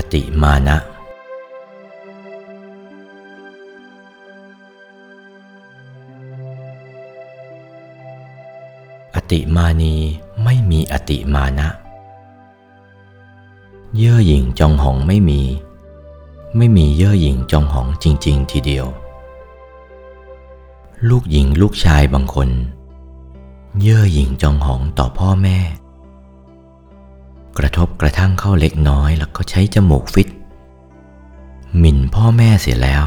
ติมานะอติมานีไม่มีอติมานะเย่อหยิ่งจองหองไม่มีเย่อหยิ่งจองหองจริงๆทีเดียวลูกหญิงลูกชายบางคนเย่อหยิ่งจองหองต่อพ่อแม่กระทบกระทั่งเข้าเล็กน้อยแล้วก็ใช้จมูกฟิตหมิ่นพ่อแม่เสียแล้ว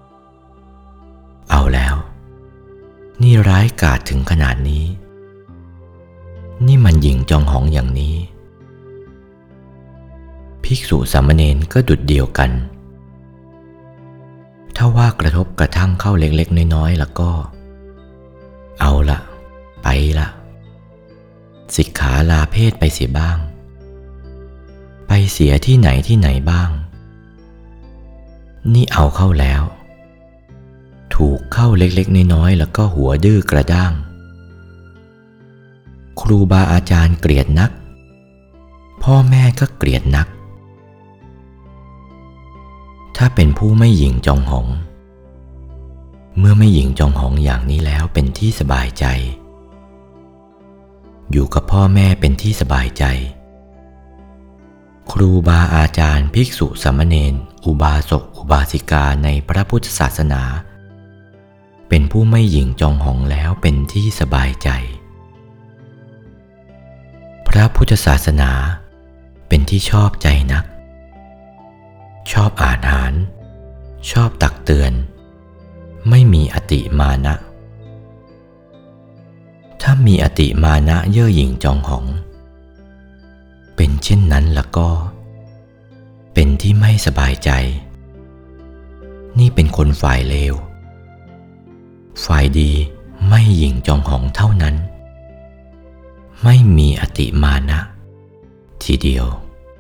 เอาแล้วนี่ร้ายกาจถึงขนาดนี้นี่มันหยิ่งจองหองอย่างนี้ภิกษุสามเณรก็ดุจเดียวกันถ้าว่ากระทบกระทั่งเข้าเล็กๆน้อยๆแล้วก็เอาละไปละสิกขาลาเพศไปเสียบ้างไปเสียที่ไหนบ้างนี่เอาเข้าแล้วถูกเข้าเล็กๆน้อยๆแล้วก็หัวดื้อกระด้างครูบาอาจารย์เกลียดนักพ่อแม่ก็เกลียดนักถ้าเป็นผู้ไม่หยิ่งจองหองเมื่อไม่หยิ่งจองหองอย่างนี้แล้วเป็นที่สบายใจอยู่กับพ่อแม่เป็นที่สบายใจครูบาอาจารย์ภิกษุสามเณรอุบาสกอุบาสิกาในพระพุทธศาสนาเป็นผู้ไม่หยิ่งจองหองแล้วเป็นที่สบายใจพระพุทธศาสนาเป็นที่ชอบใจนักชอบอ่านชอบตักเตือนไม่มีอติมานะถ้ามีอติมานะเย่อหยิ่งจองหองเป็นเช่นนั้นแล้วก็เป็นที่ไม่สบายใจนี่เป็นคนฝ่ายเลวฝ่ายดีไม่หยิ่งจองหองเท่านั้นไม่มีอติมานะทีเดียว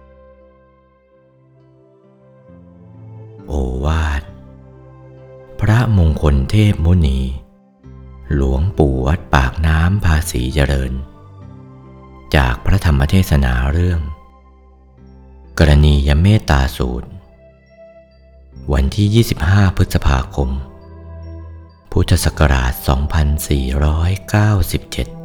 โอวาทพระมงคลเทพมุนีหลวงปู่วัดปากน้ำภาษีเจริญจากพระธรรมเทศนาเรื่องกรณียเมตตาสูตรวันที่25พฤษภาคมพุทธศักราช2497